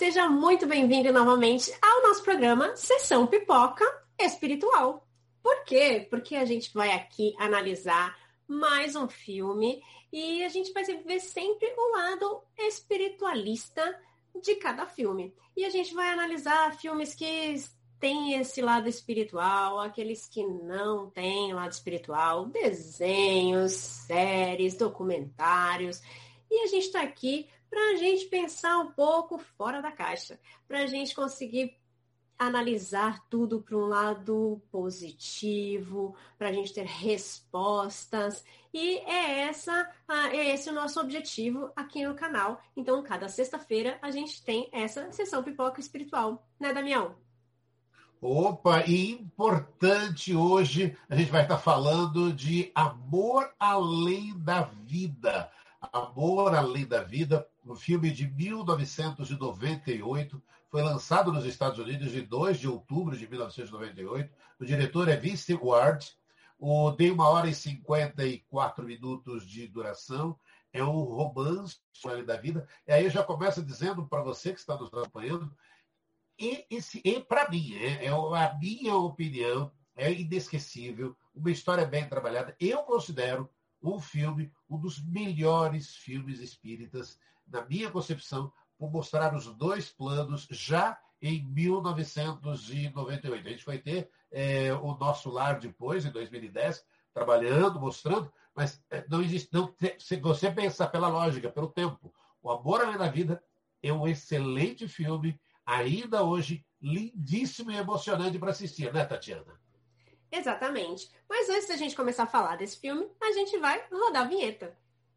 Seja muito bem-vindo novamente ao nosso programa Sessão Pipoca Espiritual. Por quê? Porque a gente vai aqui analisar mais um filme e a gente vai ver sempre o lado espiritualista de cada filme. E a gente vai analisar filmes que têm esse lado espiritual, aqueles que não têm lado espiritual, desenhos, séries, documentários. E a gente está aqui para a gente pensar um pouco fora da caixa, para a gente conseguir analisar tudo para um lado positivo, para a gente ter respostas. E é esse o nosso objetivo aqui no canal. Então, cada sexta-feira a gente tem essa sessão pipoca espiritual, né, Damião? Opa, e importante hoje, a gente vai estar falando de Amor Além da Vida. Amor Além da Vida, um filme de 1998, foi lançado nos Estados Unidos em 2 de outubro de 1998. O diretor é Vince Ward. Tem 1 hora e 54 minutos de duração. É um romance Além da Vida. E aí eu já começo dizendo para você que está nos acompanhando, e para mim, a minha opinião é inesquecível, uma história bem trabalhada. Eu considero um filme, um dos melhores filmes espíritas, na minha concepção, por mostrar os dois planos já em 1998. A gente vai ter o Nosso Lar depois, em 2010, trabalhando, mostrando, mas não existe. Se você pensar pela lógica, pelo tempo, O Amor Além da Vida é um excelente filme, ainda hoje, lindíssimo e emocionante para assistir, né, Tatiana? Exatamente. Mas antes da gente começar a falar desse filme, a gente vai rodar a vinheta.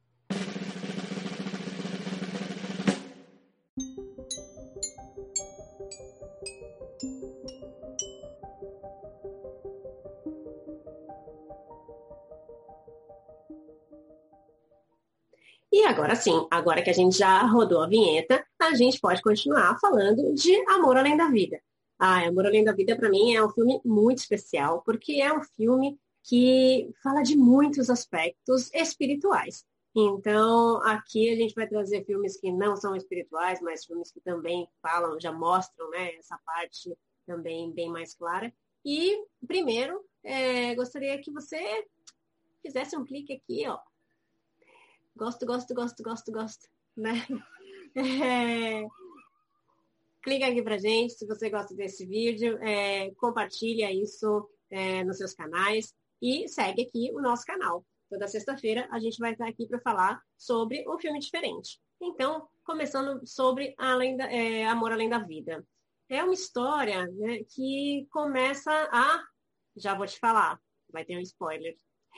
E agora sim, agora que a gente já rodou a vinheta, a gente pode continuar falando de Amor Além da Vida. Amor Além da Vida, para mim, é um filme muito especial, porque é um filme que fala de muitos aspectos espirituais. Então, aqui a gente vai trazer filmes que não são espirituais, mas filmes que também falam, já mostram, né, essa parte também bem mais clara. E, primeiro, gostaria que você fizesse um clique aqui, ó. Gosto, né? Clica aqui pra gente se você gosta desse vídeo, compartilha isso nos seus canais e segue aqui o nosso canal. Toda sexta-feira a gente vai estar aqui para falar sobre um filme diferente. Então, começando sobre Amor Além da Vida. É uma história, né, que começa já vou te falar, vai ter um spoiler.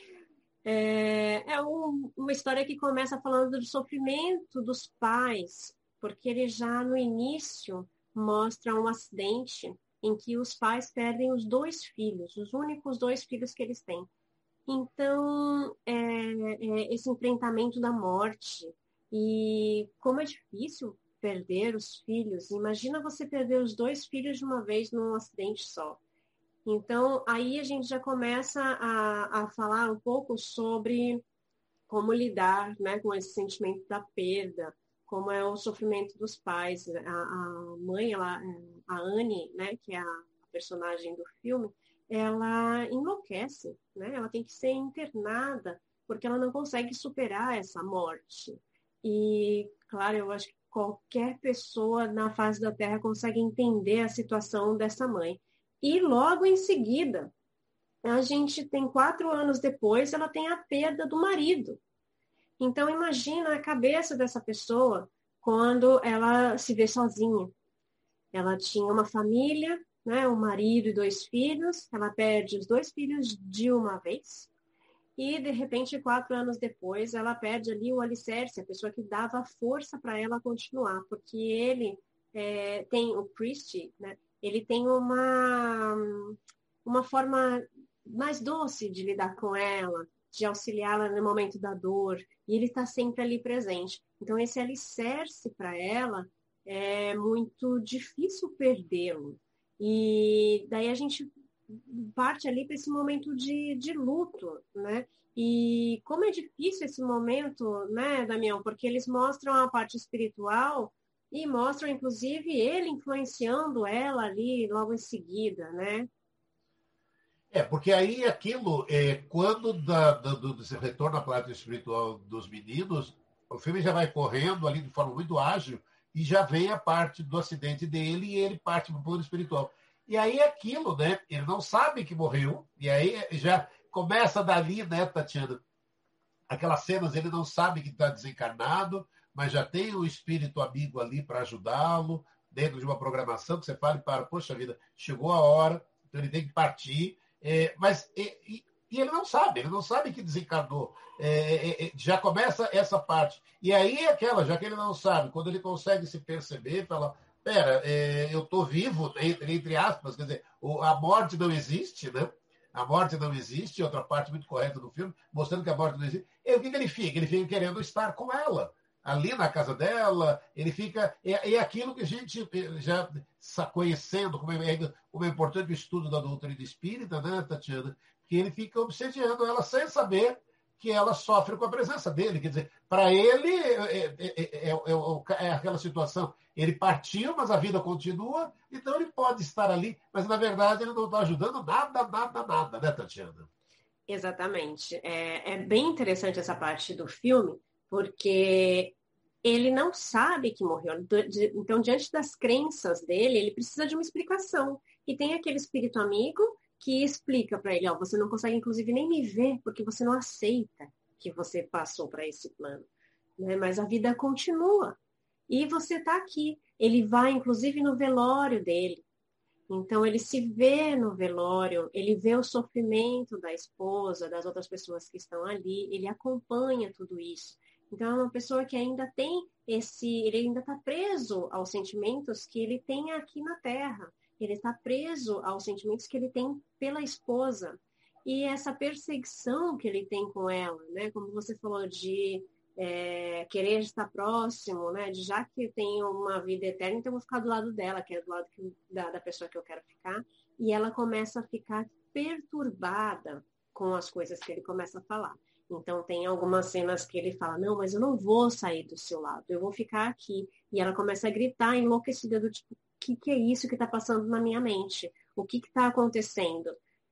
Uma história que começa falando do sofrimento dos pais, porque ele já no início mostra um acidente em que os pais perdem os 2 filhos, os únicos 2 filhos que eles têm. Então, esse enfrentamento da morte e como é difícil perder os filhos. Imagina você perder os 2 filhos de uma vez num acidente só. Então, aí a gente já começa a falar um pouco sobre como lidar, né, com esse sentimento da perda, como é o sofrimento dos pais. A mãe, a Anne, né, que é a personagem do filme, ela enlouquece, né? Ela tem que ser internada porque ela não consegue superar essa morte. E, claro, eu acho que qualquer pessoa na face da Terra consegue entender a situação dessa mãe. E logo em seguida, a gente tem 4 anos depois, ela tem a perda do marido. Então, imagina a cabeça dessa pessoa quando ela se vê sozinha. Ela tinha uma família, né, um marido e 2 filhos, ela perde os 2 filhos de uma vez, e de repente, 4 anos depois, ela perde ali o alicerce, a pessoa que dava força para ela continuar, porque ele tem o Christie, né, ele tem uma forma mais doce de lidar com ela, de auxiliá-la no momento da dor, e ele está sempre ali presente. Então, esse alicerce para ela é muito difícil perdê-lo. E daí a gente parte ali para esse momento de luto, né? E como é difícil esse momento, né, Damião? Porque eles mostram a parte espiritual E mostram, inclusive, ele influenciando ela ali logo em seguida, né? Porque aí aquilo, quando do retorno à prática espiritual dos meninos, o filme já vai correndo ali de forma muito ágil e já vem a parte do acidente dele e ele parte para o plano espiritual. E aí é aquilo, né? Ele não sabe que morreu, e aí já começa dali, né, Tatiana? Aquelas cenas, ele não sabe que está desencarnado, mas já tem o espírito amigo ali para ajudá-lo, dentro de uma programação que você fala e para, poxa vida, chegou a hora, então ele tem que partir, e ele não sabe que desencarnou. Já começa essa parte. E aí é aquela, já que ele não sabe, quando ele consegue se perceber, fala, pera, eu estou vivo, entre aspas, quer dizer, a morte não existe, né? A morte não existe, outra parte muito correta do filme, mostrando que a morte não existe. E o que ele fica? Ele fica querendo estar com ela, ali na casa dela, ele fica. É aquilo que a gente já está conhecendo, como é importante o estudo da doutrina espírita, né, Tatiana? Que ele fica obsediando ela sem saber que ela sofre com a presença dele. Quer dizer, para ele é aquela situação. Ele partiu, mas a vida continua, então ele pode estar ali, mas na verdade ele não está ajudando nada, né, Tatiana? Exatamente. É bem interessante essa parte do filme, porque ele não sabe que morreu. Então, diante das crenças dele, ele precisa de uma explicação. E tem aquele espírito amigo que explica para ele, ó, você não consegue, inclusive, nem me ver, porque você não aceita que você passou para esse plano. Né? Mas a vida continua. E você está aqui. Ele vai, inclusive, no velório dele. Então, ele se vê no velório, ele vê o sofrimento da esposa, das outras pessoas que estão ali, ele acompanha tudo isso. Então, é uma pessoa que ainda tem ele ainda está preso aos sentimentos que ele tem aqui na Terra. Ele está preso aos sentimentos que ele tem pela esposa. E essa perseguição que ele tem com ela, né? Como você falou de querer estar próximo, né? De já que eu tenho uma vida eterna, então eu vou ficar do lado dela, que é do lado da pessoa que eu quero ficar. E ela começa a ficar perturbada com as coisas que ele começa a falar. Então tem algumas cenas que ele fala, não, mas eu não vou sair do seu lado, eu vou ficar aqui. E ela começa a gritar enlouquecida do tipo, o que é isso que está passando na minha mente? O que está acontecendo?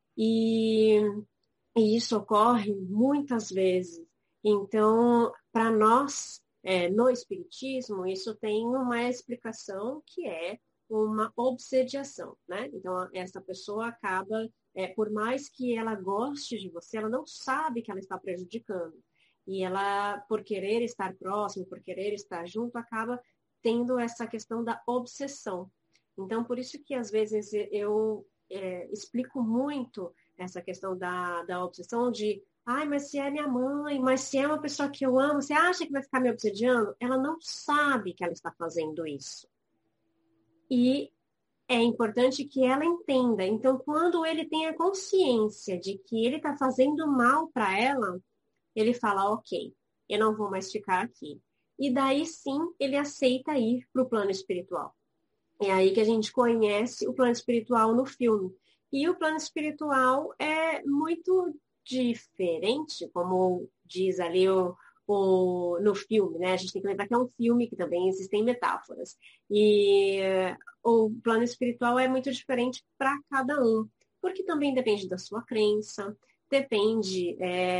E isso ocorre muitas vezes. Então, para nós, no Espiritismo, isso tem uma explicação que é uma obsediação, né? Então, essa pessoa acaba, por mais que ela goste de você, ela não sabe que ela está prejudicando. E ela, por querer estar próximo, por querer estar junto, acaba tendo essa questão da obsessão. Então, por isso que às vezes eu explico muito essa questão da obsessão de, ai, mas se é minha mãe, mas se é uma pessoa que eu amo, você acha que vai ficar me obsediando? Ela não sabe que ela está fazendo isso. E é importante que ela entenda. Então, quando ele tem a consciência de que ele está fazendo mal para ela, ele fala, ok, eu não vou mais ficar aqui. E daí sim, ele aceita ir para o plano espiritual. É aí que a gente conhece o plano espiritual no filme. E o plano espiritual é muito diferente, como diz ali no filme, né? A gente tem que lembrar que é um filme que também existem metáforas. E o plano espiritual é muito diferente para cada um, porque também depende da sua crença, depende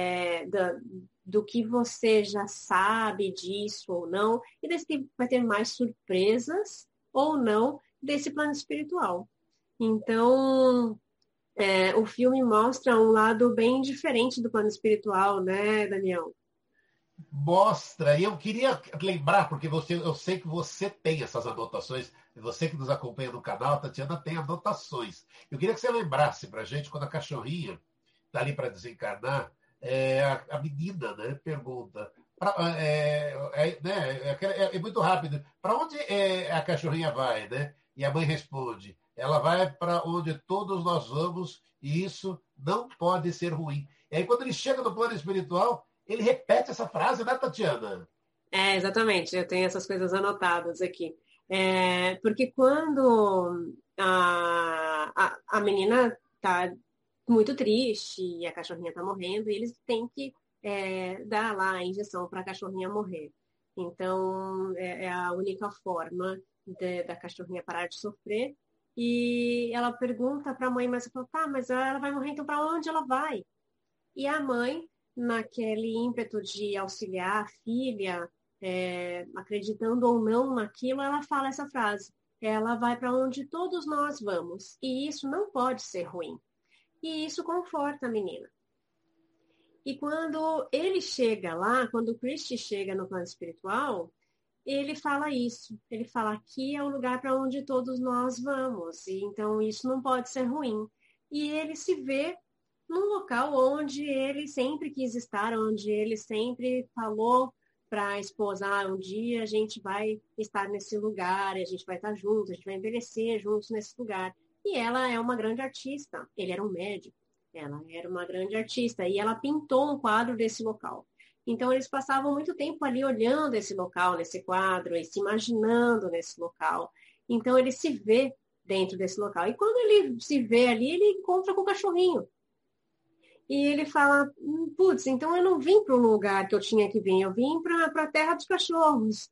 do que você já sabe disso ou não, e desse vai ter mais surpresas ou não desse plano espiritual. Então, o filme mostra um lado bem diferente do plano espiritual, né, Daniel? Mostra, e eu queria lembrar, porque eu sei que você tem essas anotações, você que nos acompanha no canal, Tatiana, tem anotações. Eu queria que você lembrasse para a gente, quando a cachorrinha está ali para desencarnar, a menina, né, pergunta, é muito rápido, para onde a cachorrinha vai, né? E a mãe responde, ela vai para onde todos nós vamos, e isso não pode ser ruim. E aí, quando ele chega no plano espiritual, ele repete essa frase, né, Tatiana? Exatamente, eu tenho essas coisas anotadas aqui. Porque quando a menina está muito triste e a cachorrinha está morrendo, e eles têm que dar lá a injeção para a cachorrinha morrer. Então, é a única forma da cachorrinha parar de sofrer. E ela pergunta para a mãe, mas ela fala, tá, mas ela vai morrer, então para onde ela vai? E a mãe, naquele ímpeto de auxiliar a filha, acreditando ou não naquilo, ela fala essa frase. Ela vai para onde todos nós vamos. E isso não pode ser ruim. E isso conforta a menina. E quando ele chega lá, quando o Christie chega no plano espiritual, ele fala isso. Ele fala, aqui é o lugar para onde todos nós vamos. E então isso não pode ser ruim. E ele se vê num local onde ele sempre quis estar, onde ele sempre falou para a esposa, um dia a gente vai estar nesse lugar, a gente vai estar juntos, a gente vai envelhecer juntos nesse lugar. E ela é uma grande artista. Ele era um médico. Ela era uma grande artista. E ela pintou um quadro desse local. Então, eles passavam muito tempo ali olhando esse local, nesse quadro, e se imaginando nesse local. Então, ele se vê dentro desse local. E quando ele se vê ali, ele encontra com o cachorrinho. E ele fala, putz, então eu não vim para um lugar que eu tinha que vir, eu vim para a terra dos cachorros.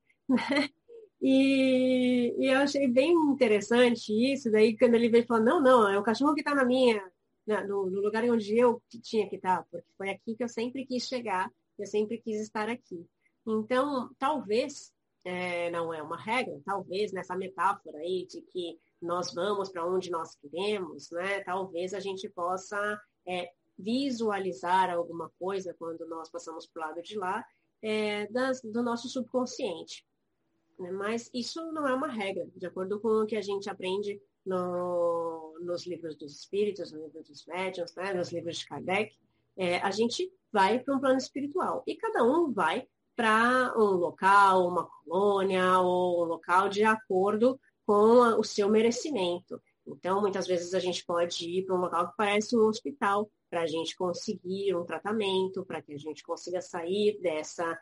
E eu achei bem interessante isso. Daí, quando ele veio, falou, não, é o cachorro que está no lugar onde eu tinha que estar, porque foi aqui que eu sempre quis chegar, eu sempre quis estar aqui. Então, talvez, não é uma regra, talvez nessa metáfora aí de que nós vamos para onde nós queremos, né? Talvez a gente possa visualizar alguma coisa quando nós passamos para o lado de lá, do nosso subconsciente. Né? Mas isso não é uma regra, de acordo com o que a gente aprende nos livros dos espíritos, nos livros dos médiuns, né? Nos livros de Kardec, a gente vai para um plano espiritual. E cada um vai para um local, uma colônia, ou um local de acordo com o seu merecimento. Então, muitas vezes a gente pode ir para um local que parece um hospital, para a gente conseguir um tratamento, para que a gente consiga sair dessa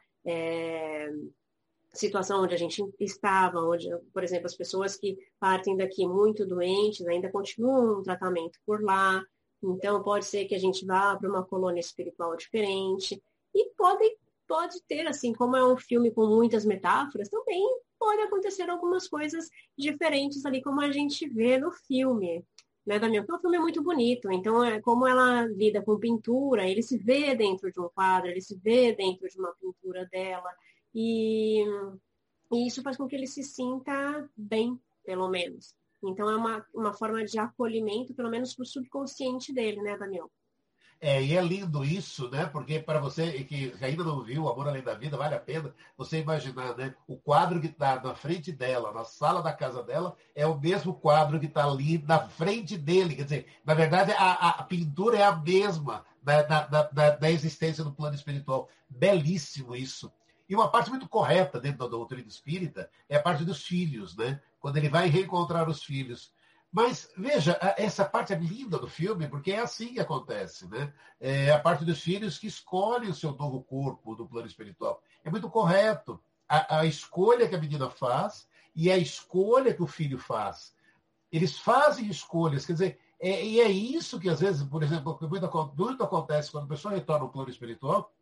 situação onde a gente estava, onde, por exemplo, as pessoas que partem daqui muito doentes ainda continuam um tratamento por lá. Então, pode ser que a gente vá para uma colônia espiritual diferente. E pode ter, assim, como é um filme com muitas metáforas, também pode acontecer algumas coisas diferentes ali, como a gente vê no filme. Né, Damião? Porque o filme é muito bonito. Então, como ela lida com pintura, ele se vê dentro de um quadro, ele se vê dentro de uma pintura dela. E isso faz com que ele se sinta bem, pelo menos. Então, é uma forma de acolhimento, pelo menos para o subconsciente dele, né, Daniel? E é lindo isso, né? Porque para você que ainda não viu O Amor Além da Vida, vale a pena você imaginar, né? O quadro que está na frente dela, na sala da casa dela, é o mesmo quadro que está ali na frente dele. Quer dizer, na verdade, a pintura é a mesma da existência do plano espiritual. Belíssimo isso. E uma parte muito correta dentro da doutrina espírita é a parte dos filhos, né? Quando ele vai reencontrar os filhos. Mas, veja, essa parte é linda do filme, porque é assim que acontece, né? É a parte dos filhos que escolhem o seu novo corpo do plano espiritual. É muito correto. A escolha que a menina faz e a escolha que o filho faz. Eles fazem escolhas, quer dizer, e é isso que, às vezes, por exemplo, muito acontece quando a pessoa retorna ao plano espiritual.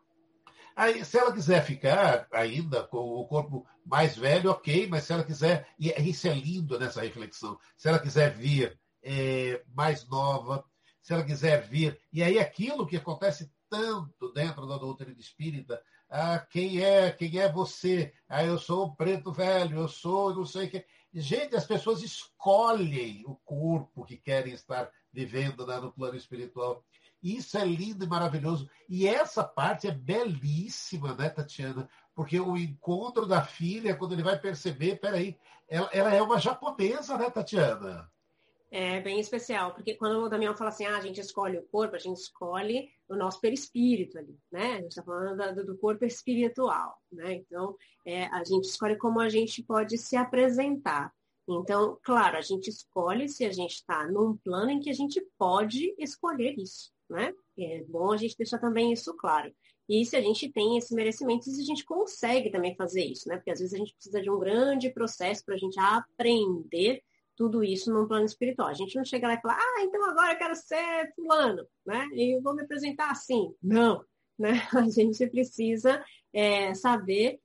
Aí, se ela quiser ficar ainda com o corpo mais velho, ok, mas se ela quiser, e isso é lindo nessa reflexão, se ela quiser vir mais nova, se ela quiser vir, e aí aquilo que acontece tanto dentro da doutrina espírita, quem é você? Eu sou um preto velho, eu sou não sei o que. Gente, as pessoas escolhem o corpo que querem estar vivendo, né, no plano espiritual. Isso é lindo e maravilhoso. E essa parte é belíssima, né, Tatiana? Porque o encontro da filha, quando ele vai perceber, peraí, ela é uma japonesa, né, Tatiana? É bem especial, porque quando o Damião fala assim, a gente escolhe o corpo, a gente escolhe o nosso perispírito ali, né? A gente está falando do corpo espiritual, né? Então, a gente escolhe como a gente pode se apresentar. Então, claro, a gente escolhe se a gente está num plano em que a gente pode escolher isso, né? É bom a gente deixar também isso claro. E se a gente tem esse merecimento, se a gente consegue também fazer isso, né? Porque às vezes a gente precisa de um grande processo para a gente aprender tudo isso num plano espiritual. A gente não chega lá e fala, então agora eu quero ser fulano, né? E eu vou me apresentar assim. Não, né? A gente precisa saber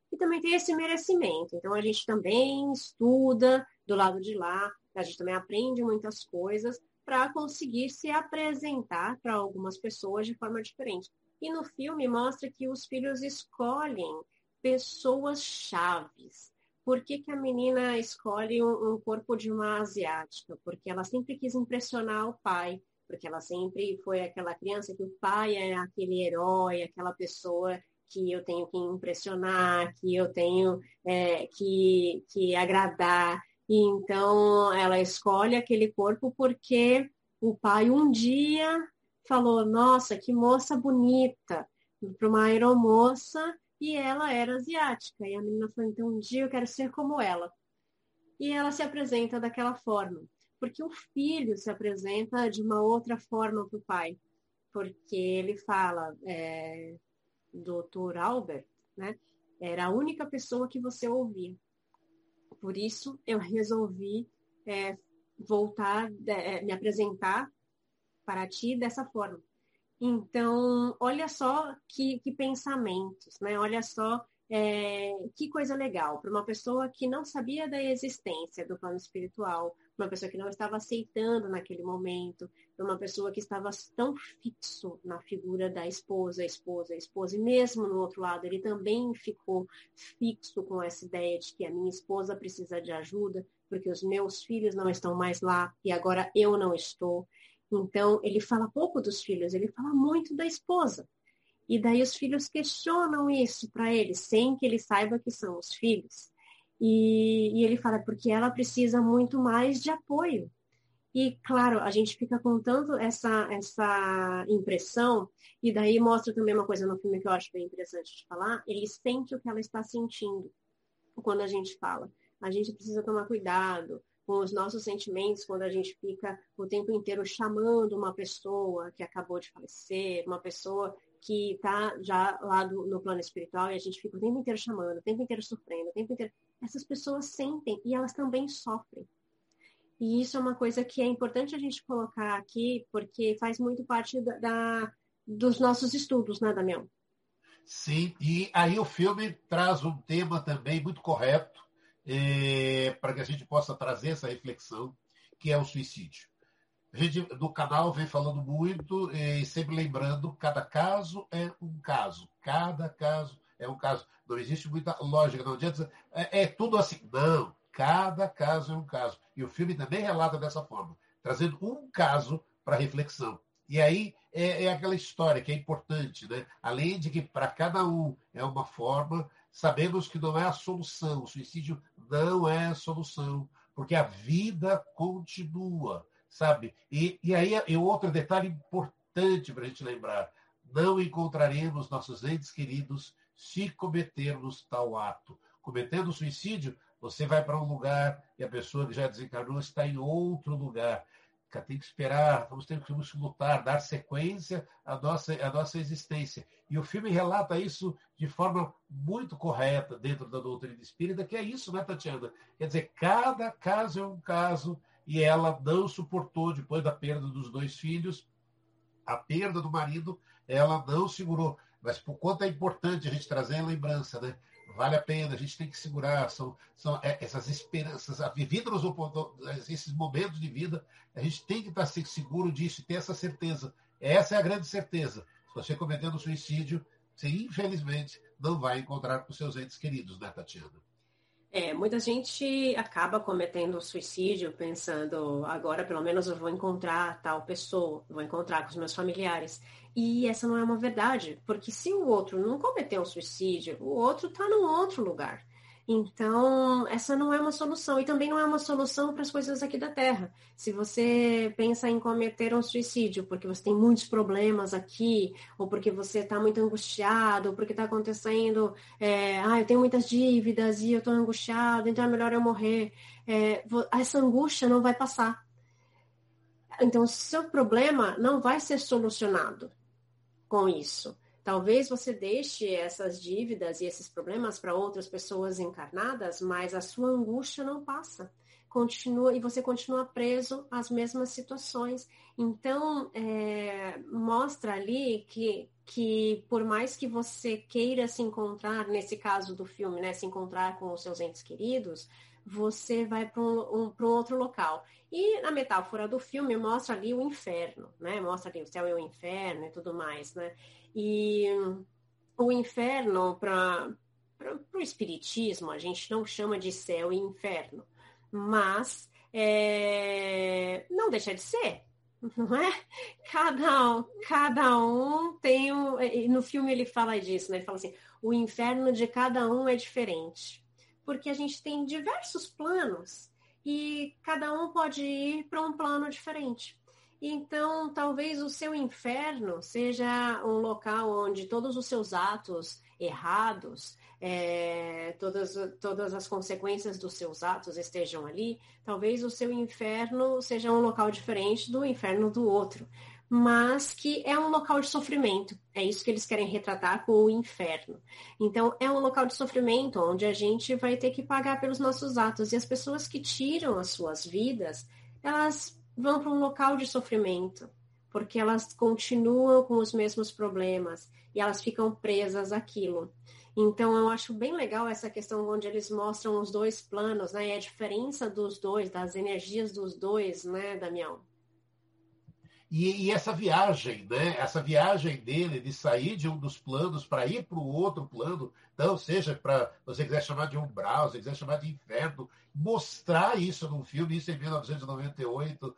e também tem esse merecimento. Então, a gente também estuda do lado de lá, a gente também aprende muitas coisas para conseguir se apresentar para algumas pessoas de forma diferente. E no filme mostra que os filhos escolhem pessoas chaves. Por que a menina escolhe um corpo de uma asiática? Porque ela sempre quis impressionar o pai, porque ela sempre foi aquela criança que o pai é aquele herói, aquela pessoa que eu tenho que impressionar, que eu tenho que agradar. E então ela escolhe aquele corpo porque o pai um dia falou, nossa, que moça bonita, para uma aeromoça, e ela era asiática. E a menina falou, então um dia eu quero ser como ela. E ela se apresenta daquela forma, porque o filho se apresenta de uma outra forma para o pai, porque ele fala, Dr. Albert, né, era a única pessoa que você ouvia. Por isso, eu resolvi voltar, me apresentar para ti dessa forma. Então, olha só que pensamentos, né? Olha só que coisa legal. Para uma pessoa que não sabia da existência do plano espiritual, uma pessoa que não estava aceitando naquele momento, uma pessoa que estava tão fixo na figura da esposa, e mesmo no outro lado, ele também ficou fixo com essa ideia de que a minha esposa precisa de ajuda, porque os meus filhos não estão mais lá e agora eu não estou. Então, ele fala pouco dos filhos, ele fala muito da esposa. E daí os filhos questionam isso para ele, sem que ele saiba que são os filhos. E ele fala, porque ela precisa muito mais de apoio. E, claro, a gente fica com tanto essa impressão, e daí mostra também uma coisa no filme que eu acho bem interessante de falar, ele sente o que ela está sentindo quando a gente fala. A gente precisa tomar cuidado com os nossos sentimentos quando a gente fica o tempo inteiro chamando uma pessoa que acabou de falecer, uma pessoa que está já lá no plano espiritual, e a gente fica o tempo inteiro chamando, o tempo inteiro sofrendo, o tempo inteiro. Essas pessoas sentem e elas também sofrem. E isso é uma coisa que é importante a gente colocar aqui, porque faz muito parte dos nossos estudos, né, Damião? Sim, e aí o filme traz um tema também muito correto, para que a gente possa trazer essa reflexão, que é o suicídio. A gente do canal vem falando muito e sempre lembrando, cada caso é um caso. Cada caso é um caso. Não existe muita lógica, não adianta dizer, é tudo assim. Não, cada caso é um caso. E o filme também relata dessa forma, trazendo um caso para reflexão. E aí é aquela história que é importante, né? Além de que para cada um é uma forma, sabemos que não é a solução. O suicídio não é a solução, porque a vida continua, sabe? E aí outro detalhe importante para a gente lembrar, não encontraremos nossos entes queridos se cometermos tal ato. Cometendo suicídio, você vai para um lugar e a pessoa que já desencarnou está em outro lugar. Tem que esperar, vamos ter que lutar, dar sequência à nossa existência. E o filme relata isso de forma muito correta dentro da doutrina espírita, que é isso, né, Tatiana? Quer dizer, cada caso é um caso, e ela não suportou, depois da perda dos 2 filhos, a perda do marido, ela não segurou. Mas por quanto é importante a gente trazer a lembrança, né? Vale a pena, a gente tem que segurar, são essas esperanças, a vida esses momentos de vida, a gente tem que estar seguro disso, ter essa certeza. Essa é a grande certeza. Se você cometendo suicídio, você infelizmente não vai encontrar com seus entes queridos, né, Tatiana? Muita gente acaba cometendo suicídio pensando, agora pelo menos eu vou encontrar tal pessoa, vou encontrar com os meus familiares. E essa não é uma verdade, porque se o outro não cometeu um suicídio, o outro está num outro lugar. Então, essa não é uma solução. E também não é uma solução para as coisas aqui da Terra. Se você pensa em cometer um suicídio porque você tem muitos problemas aqui, ou porque você está muito angustiado, ou porque está acontecendo, eu tenho muitas dívidas e eu estou angustiado, então é melhor eu morrer. Essa angústia não vai passar. Então, o seu problema não vai ser solucionado com isso. Talvez você deixe essas dívidas e esses problemas para outras pessoas encarnadas, mas a sua angústia não passa. Continua, e você continua preso às mesmas situações. Então, mostra ali que que por mais que você queira se encontrar, nesse caso do filme, né, se encontrar com os seus entes queridos, você vai para um outro local. E a metáfora do filme mostra ali o inferno, né? Mostra ali o céu e o inferno e tudo mais, né? E o inferno, para o espiritismo, a gente não chama de céu e inferno, mas não deixa de ser, não é? Cada um tem um. No filme ele fala disso, né? Ele fala assim: o inferno de cada um é diferente. Porque a gente tem diversos planos e cada um pode ir para um plano diferente. Então, talvez o seu inferno seja um local onde todos os seus atos errados, todas as consequências dos seus atos estejam ali. Talvez o seu inferno seja um local diferente do inferno do outro, mas que é um local de sofrimento. É isso que eles querem retratar com o inferno. Então, é um local de sofrimento onde a gente vai ter que pagar pelos nossos atos. E as pessoas que tiram as suas vidas, elas vão para um local de sofrimento, porque elas continuam com os mesmos problemas e elas ficam presas àquilo. Então, eu acho bem legal essa questão onde eles mostram os dois planos, né? E a diferença dos dois, das energias dos dois, né, Damião? E essa viagem, né? Essa viagem dele de sair de um dos planos para ir para o outro plano, então, seja para você quiser chamar de umbral, se quiser chamar de inferno, mostrar isso num filme, isso em 1998,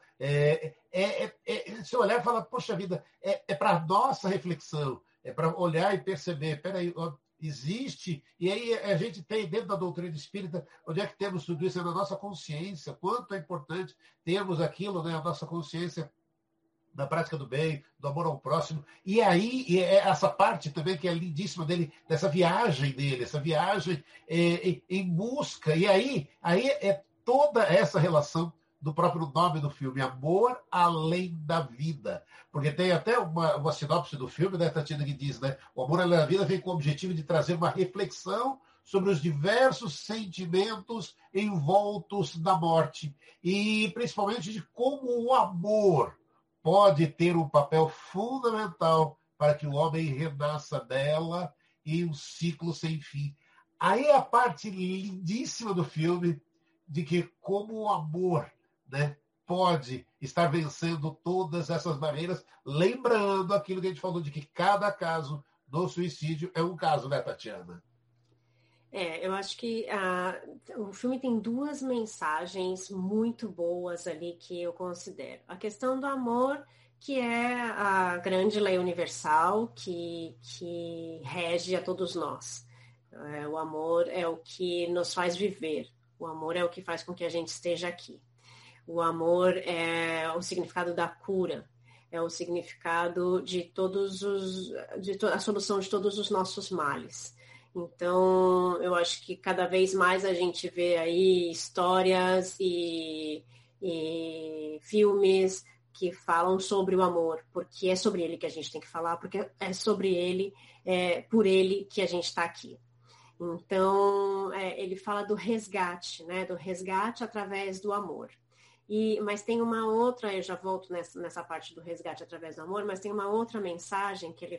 se olhar e falar, poxa vida, é para nossa reflexão, é para olhar e perceber, peraí, existe, e aí a gente tem dentro da doutrina espírita, onde é que temos tudo isso? É na nossa consciência, quanto é importante termos aquilo, né, a nossa consciência da prática do bem, do amor ao próximo. E aí, essa parte também que é lindíssima dele, dessa viagem dele, essa viagem em busca. E aí é toda essa relação do próprio nome do filme, Amor Além da Vida. Porque tem até uma sinopse do filme, né, Tatiana, que diz, né, o Amor Além da Vida vem com o objetivo de trazer uma reflexão sobre os diversos sentimentos envoltos na morte. E principalmente de como o amor pode ter um papel fundamental para que o homem renasça dela em um ciclo sem fim. Aí é a parte lindíssima do filme de que como o amor, né, pode estar vencendo todas essas barreiras, lembrando aquilo que a gente falou de que cada caso do suicídio é um caso, né, Tatiana? Eu acho que o filme tem duas mensagens muito boas ali que eu considero. A questão do amor, que é a grande lei universal que rege a todos nós. O amor é o que nos faz viver. O amor é o que faz com que a gente esteja aqui. O amor é o significado da cura. É o significado de a solução de todos os nossos males. Então, eu acho que cada vez mais a gente vê aí histórias e filmes que falam sobre o amor, porque é sobre ele que a gente tem que falar, porque é sobre ele, por ele que a gente está aqui. Então, ele fala do resgate, né? Do resgate através do amor. Mas tem uma outra, eu já volto nessa parte do resgate através do amor, mas tem uma outra mensagem que ele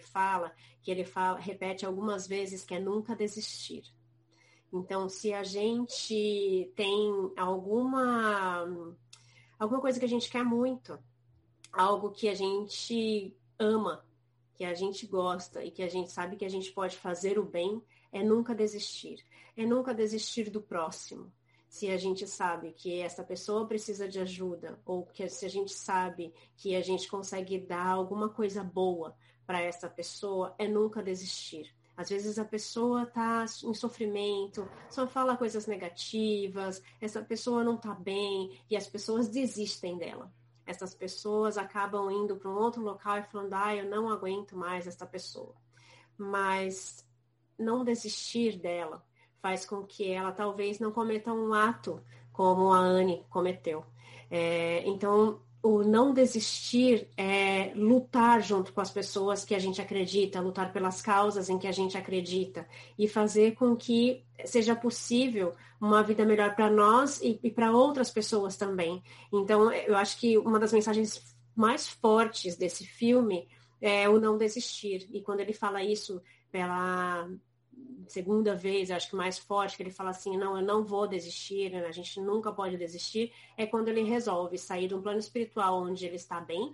repete algumas vezes, que é nunca desistir. Então, se a gente tem alguma coisa que a gente quer muito, algo que a gente ama, que a gente gosta e que a gente sabe que a gente pode fazer o bem, é nunca desistir. É nunca desistir do próximo. Se a gente sabe que essa pessoa precisa de ajuda, ou que se a gente sabe que a gente consegue dar alguma coisa boa para essa pessoa, é nunca desistir. Às vezes a pessoa está em sofrimento, só fala coisas negativas, essa pessoa não está bem e as pessoas desistem dela. Essas pessoas acabam indo para um outro local e falando, eu não aguento mais essa pessoa. Mas não desistir dela faz com que ela talvez não cometa um ato como a Anne cometeu. Então, o não desistir é lutar junto com as pessoas que a gente acredita, lutar pelas causas em que a gente acredita e fazer com que seja possível uma vida melhor para nós e para outras pessoas também. Então, eu acho que uma das mensagens mais fortes desse filme o não desistir. E quando ele fala isso pela segunda vez, acho que mais forte, que ele fala assim, não, eu não vou desistir, a gente nunca pode desistir, é quando ele resolve sair de um plano espiritual onde ele está bem,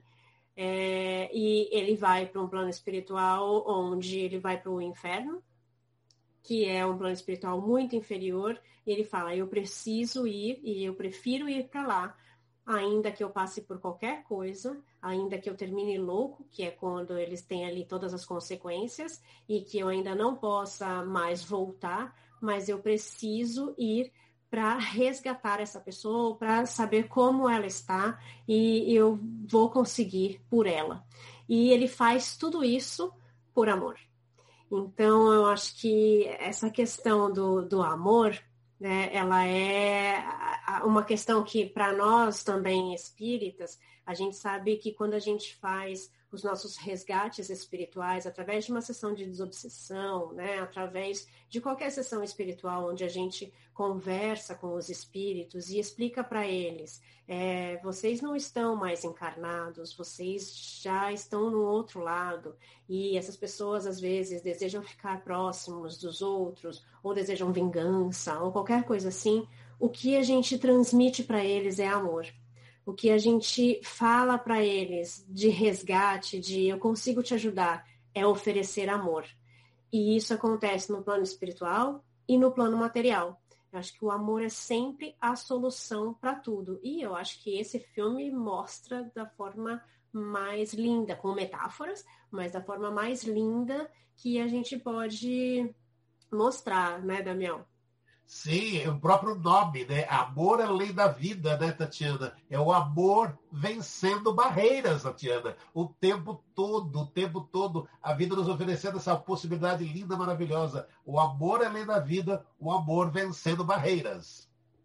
e ele vai para um plano espiritual onde ele vai para o inferno, que é um plano espiritual muito inferior, e ele fala, eu preciso ir e eu prefiro ir para lá, ainda que eu passe por qualquer coisa, ainda que eu termine louco, que é quando eles têm ali todas as consequências, e que eu ainda não possa mais voltar, mas eu preciso ir para resgatar essa pessoa, para saber como ela está, e eu vou conseguir por ela. E ele faz tudo isso por amor. Então, eu acho que essa questão do amor, né, ela é uma questão que, para nós também espíritas, a gente sabe que quando a gente faz os nossos resgates espirituais, através de uma sessão de desobsessão, né, através de qualquer sessão espiritual onde a gente conversa com os espíritos e explica para eles, vocês não estão mais encarnados, vocês já estão no outro lado, e essas pessoas às vezes desejam ficar próximos dos outros, ou desejam vingança, ou qualquer coisa assim, o que a gente transmite para eles é amor. O que a gente fala para eles de resgate, de eu consigo te ajudar, é oferecer amor. E isso acontece no plano espiritual e no plano material. Eu acho que o amor é sempre a solução para tudo. E eu acho que esse filme mostra da forma mais linda, com metáforas, mas da forma mais linda que a gente pode mostrar, né, Damião? Sim, é o próprio nome, né? Amor além da vida, né, Tatiana? É o amor vencendo barreiras, Tatiana. O tempo todo, a vida nos oferecendo essa possibilidade linda, maravilhosa. O amor além da vida, o amor vencendo barreiras.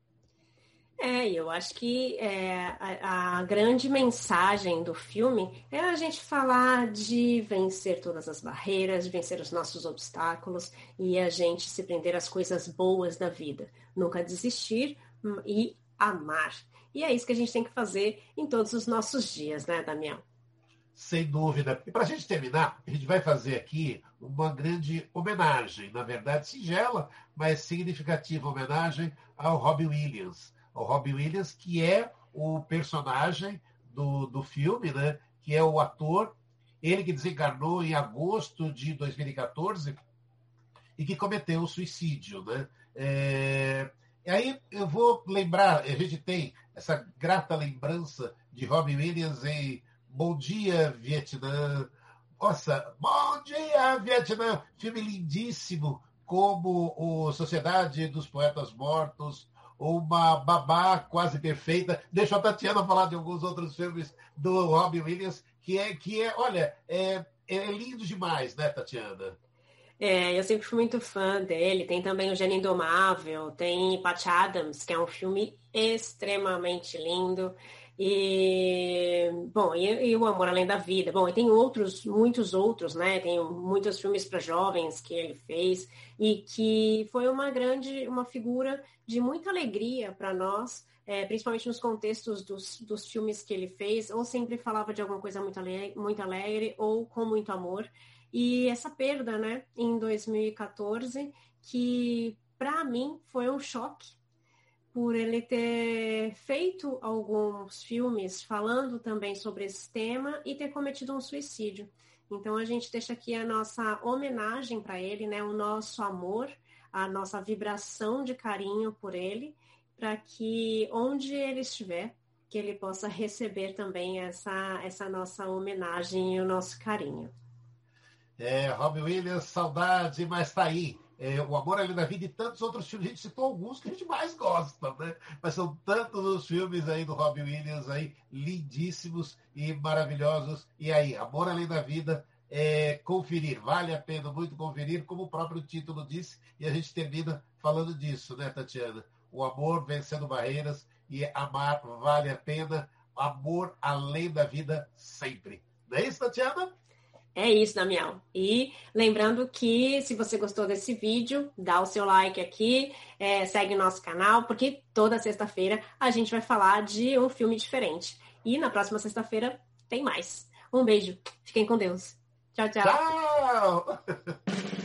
Eu acho que a grande mensagem do filme é a gente falar de vencer todas as barreiras, de vencer os nossos obstáculos e a gente se prender às coisas boas da vida. Nunca desistir e amar. E é isso que a gente tem que fazer em todos os nossos dias, né, Damião? Sem dúvida. E para a gente terminar, a gente vai fazer aqui uma grande homenagem, na verdade singela, mas significativa homenagem ao Robin Williams. Ao Robin Williams, que é o personagem do filme, né? Que é o ator, ele que desencarnou em agosto de 2014 e que cometeu o suicídio, né? E aí eu vou lembrar, a gente tem essa grata lembrança de Robin Williams em Bom Dia, Vietnã. Nossa, Bom Dia, Vietnã! Filme lindíssimo, como o Sociedade dos Poetas Mortos, uma babá quase perfeita. Deixa a Tatiana falar de alguns outros filmes do Robin Williams, olha, é lindo demais, né, Tatiana? Eu sempre fui muito fã dele. Tem também o Gênio Indomável, tem Patch Adams, que é um filme extremamente lindo. E o Amor Além da Vida. Bom, e tem muitos outros, né? Tem muitos filmes para jovens que ele fez e que foi uma figura de muita alegria para nós, principalmente nos contextos dos filmes que ele fez, ou sempre falava de alguma coisa muito alegre ou com muito amor. E essa perda, né, em 2014, que para mim foi um choque por ele ter feito alguns filmes falando também sobre esse tema e ter cometido um suicídio. Então a gente deixa aqui a nossa homenagem para ele, né, o nosso amor, a nossa vibração de carinho por ele, para que onde ele estiver, que ele possa receber também essa nossa homenagem e o nosso carinho. Robin Williams, saudade, mas tá aí. O Amor Além da Vida e tantos outros filmes. A gente citou alguns que a gente mais gosta, né? Mas são tantos os filmes aí do Robin Williams aí, lindíssimos e maravilhosos. E aí, Amor Além da Vida, conferir. Vale a pena muito conferir, como o próprio título disse. E a gente termina falando disso, né, Tatiana? O amor vencendo barreiras e amar vale a pena. Amor além da vida sempre. Não é isso, Tatiana? É isso, Damião. E lembrando que se você gostou desse vídeo, dá o seu like aqui, segue o nosso canal, porque toda sexta-feira a gente vai falar de um filme diferente. E na próxima sexta-feira tem mais. Um beijo. Fiquem com Deus. Tchau, tchau. Tchau!